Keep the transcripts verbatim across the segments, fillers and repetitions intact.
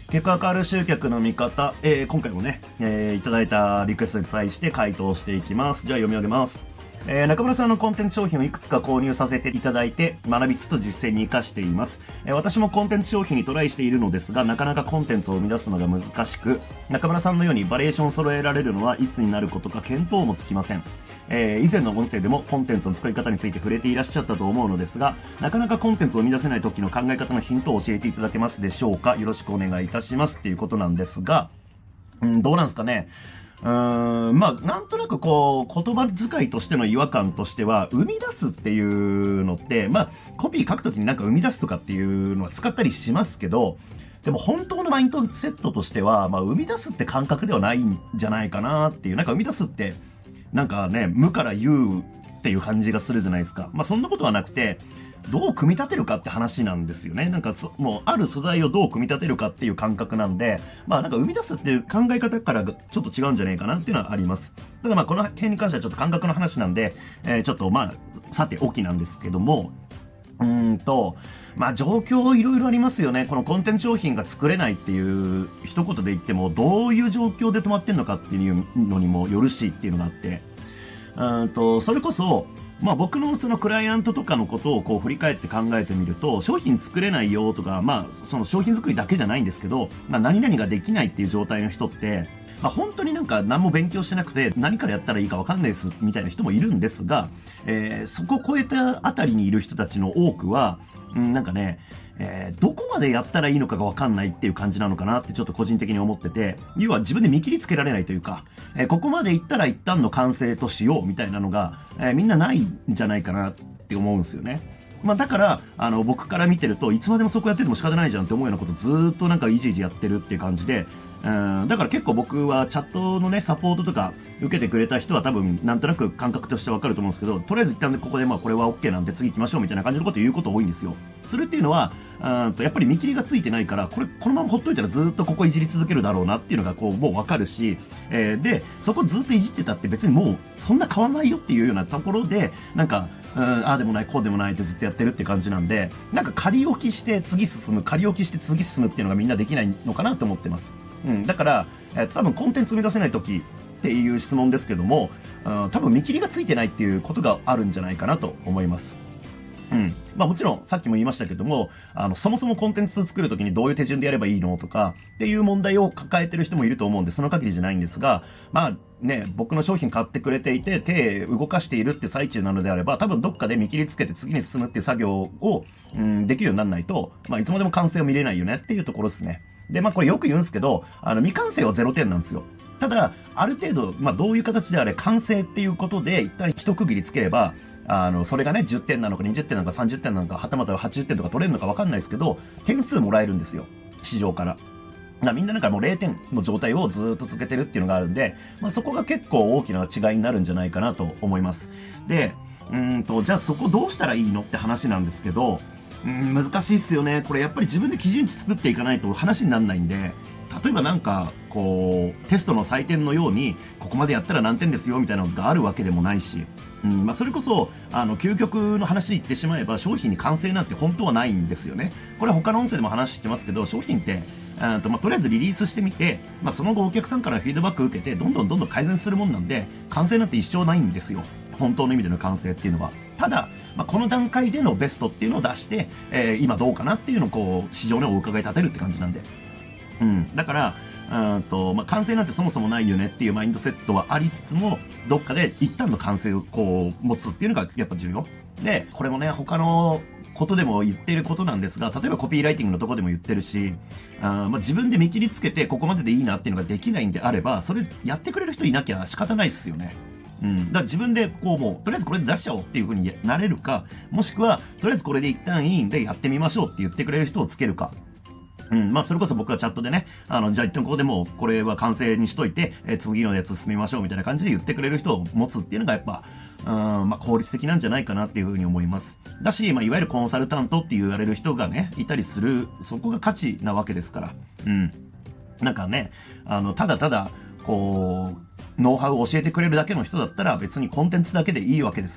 結果変わる集客の見方、えー、今回もね、えー、いただいたリクエストに対して回答していきます。じゃあ読み上げます。えー、中村さんのコンテンツ商品をいくつか購入させていただいて学びつつ実践に活かしています。えー、私もコンテンツ商品にトライしているのですが、なかなかコンテンツを生み出すのが難しく、中村さんのようにバリエーションを揃えられるのはいつになることか見当もつきません。えー、以前の音声でもコンテンツの作り方について触れていらっしゃったと思うのですが、なかなかコンテンツを生み出せない時の考え方のヒントを教えていただけますでしょうか。よろしくお願いいたしますっていうことなんですが、うん、どうなんですかね。うーん、まあ、なんとなくこう、言葉遣いとしての違和感としては、生み出すっていうのって、まあ、コピー書くときになんか生み出すとかっていうのは使ったりしますけど、でも本当のマインドセットとしては、まあ、生み出すって感覚ではないんじゃないかなっていう、なんか生み出すって、なんかね、無から有っていう感じがするじゃないですか。まあ、そんなことはなくて、どう組み立てるかって話なんですよね。なんかそ、もう、ある素材をどう組み立てるかっていう感覚なんで、まあなんか生み出すっていう考え方からちょっと違うんじゃないかなっていうのはあります。ただまあこの件に関してはちょっと感覚の話なんで、えー、ちょっとまあ、さておきなんですけども、うーんと、まあ状況いろいろありますよね。このコンテンツ商品が作れないっていう一言で言っても、どういう状況で止まってんのかっていうのにもよるしっていうのがあって、うーんと、それこそ、まあ僕のそのクライアントとかのことをこう振り返って考えてみると、商品作れないよとか、まあその商品作りだけじゃないんですけど、まあ何々ができないっていう状態の人って、まあ本当になんか何も勉強してなくて何からやったらいいかわかんないですみたいな人もいるんですが、えー、そこを超えたあたりにいる人たちの多くは、うん、なんかね、えー、どこまでやったらいいのかがわかんないっていう感じなのかなってちょっと個人的に思ってて、要は自分で見切りつけられないというか、えー、ここまでいったら一旦の完成としようみたいなのが、えー、みんなないんじゃないかなって思うんですよね。まあだから、あの、僕から見てると、いつまでもそこやってても仕方ないじゃんって思うようなことずーっとなんかいじいじやってるっていう感じで、うん、だから結構僕はチャットのね、サポートとか受けてくれた人は多分なんとなく感覚としてわかると思うんですけど、とりあえず一旦でここでまあこれは OK なんで次行きましょうみたいな感じのことを言うこと多いんですよ。それっていうのは、うんとやっぱり見切りがついてないから、これ、このままほっといたらずっとここいじり続けるだろうなっていうのがこうもうわかるし、えー、で、そこずっといじってたって別にもうそんな変わんないよっていうようなところで、なんか、うん、ああでもない、こうでもないってずっとやってるって感じなんで、なんか仮置きして次進む、仮置きして次進むっていうのがみんなできないのかなと思ってます。うん、だから、えー、多分コンテンツ生み出せないときっていう質問ですけども、うん、多分見切りがついてないっていうことがあるんじゃないかなと思います。うん。まあもちろん、さっきも言いましたけども、あの、そもそもコンテンツ作るときにどういう手順でやればいいのとか、っていう問題を抱えてる人もいると思うんで、その限りじゃないんですが、まあね、僕の商品買ってくれていて、手動かしているって最中なのであれば、多分どっかで見切りつけて次に進むっていう作業を、うん、できるようにならないと、まあいつまでも完成を見れないよねっていうところですね。で、まあこれよく言うんですけど、あの、未完成はゼロてんなんですよ。ただ、ある程度、まあ、どういう形であれ、完成っていうことで、一旦一区切りつければ、あの、それがね、じゅってんなのかにじゅってんなのかさんじゅってんなのか、はたまたはちじゅってんとか取れるのかわかんないですけど、点数もらえるんですよ。市場から。なみんななんかもうれいてんの状態をずっと続けてるっていうのがあるんで、まあ、そこが結構大きな違いになるんじゃないかなと思います。で、うーんと、じゃあそこどうしたらいいのって話なんですけど、うーん、難しいっすよね。これやっぱり自分で基準値作っていかないと話にならないんで、例えばなんか、こう、テストの採点のように、ここまでやったら何点ですよ、みたいなのがあるわけでもないし、うん、まあ、それこそ、あの、究極の話言ってしまえば、商品に完成なんて本当はないんですよね。これ他の音声でも話してますけど、商品って、あとまあ、とりあえずリリースしてみて、まあ、その後お客さんからフィードバック受けて、どんどんどんどん改善するもんなんで、完成なんて一生ないんですよ。本当の意味での完成っていうのは。ただ、まあ、この段階でのベストっていうのを出して、えー、今どうかなっていうのをこう、市場にお伺い立てるって感じなんで。うん。だから、うんと、まあ、完成なんてそもそもないよねっていうマインドセットはありつつも、どっかで一旦の完成をこう、持つっていうのがやっぱ重要。で、これもね、他のことでも言っていることなんですが、例えばコピーライティングのとこでも言ってるし、あまあ、自分で見切りつけてここまででいいなっていうのができないんであれば、それやってくれる人いなきゃ仕方ないっすよね。うん。だから自分でこうもう、とりあえずこれで出しちゃおうっていう風になれるか、もしくは、とりあえずこれで一旦いいんでやってみましょうって言ってくれる人をつけるか。うん、まあ、それこそ僕はチャットでね、あの、じゃあ一旦ここでもう、これは完成にしといて、えー、次のやつ進みましょうみたいな感じで言ってくれる人を持つっていうのがやっぱ、うん、まあ、効率的なんじゃないかなっていうふうに思います。だし、まあ、いわゆるコンサルタントって言われる人がね、いたりする、そこが価値なわけですから。うん。なんかね、あの、ただただ、こう、ノウハウを教えてくれるだけの人だったら別にコンテンツだけでいいわけですよ。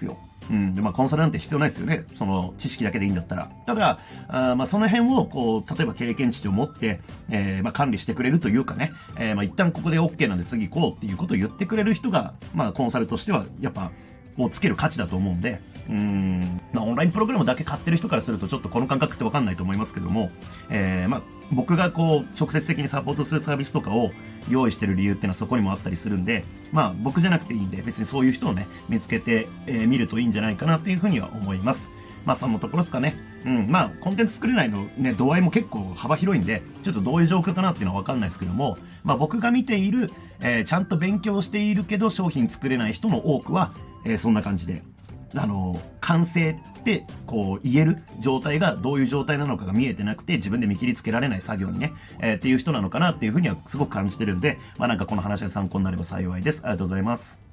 うん。で、まあ、コンサルなんて必要ないですよね。その、知識だけでいいんだったら。ただ、あまあ、その辺を、こう、例えば経験値を持って、えー、まあ、管理してくれるというかね、えー、まあ、一旦ここで OK なんで次行こうっていうことを言ってくれる人が、まあ、コンサルとしては、やっぱ、をつける価値だと思うんで、うーん、まあ、オンラインプログラムだけ買ってる人からするとちょっとこの感覚ってわかんないと思いますけども、えー、まあ、僕がこう、直接的にサポートするサービスとかを用意してる理由っていうのはそこにもあったりするんで、まあ、僕じゃなくていいんで、別にそういう人をね、見つけて、えー、見るといいんじゃないかなっていうふうには思います。まあ、そのところですかね。うん。まあ、コンテンツ作れないのね、度合いも結構幅広いんで、ちょっとどういう状況かなっていうのはわかんないですけども、まあ、僕が見ている、えー、ちゃんと勉強しているけど商品作れない人の多くは、えー、そんな感じで、あの、完成ってこう言える状態がどういう状態なのかが見えてなくて自分で見切りつけられない作業にね、えー、っていう人なのかなっていうふうにはすごく感じてるんで、まあなんかこの話が参考になれば幸いです。ありがとうございます。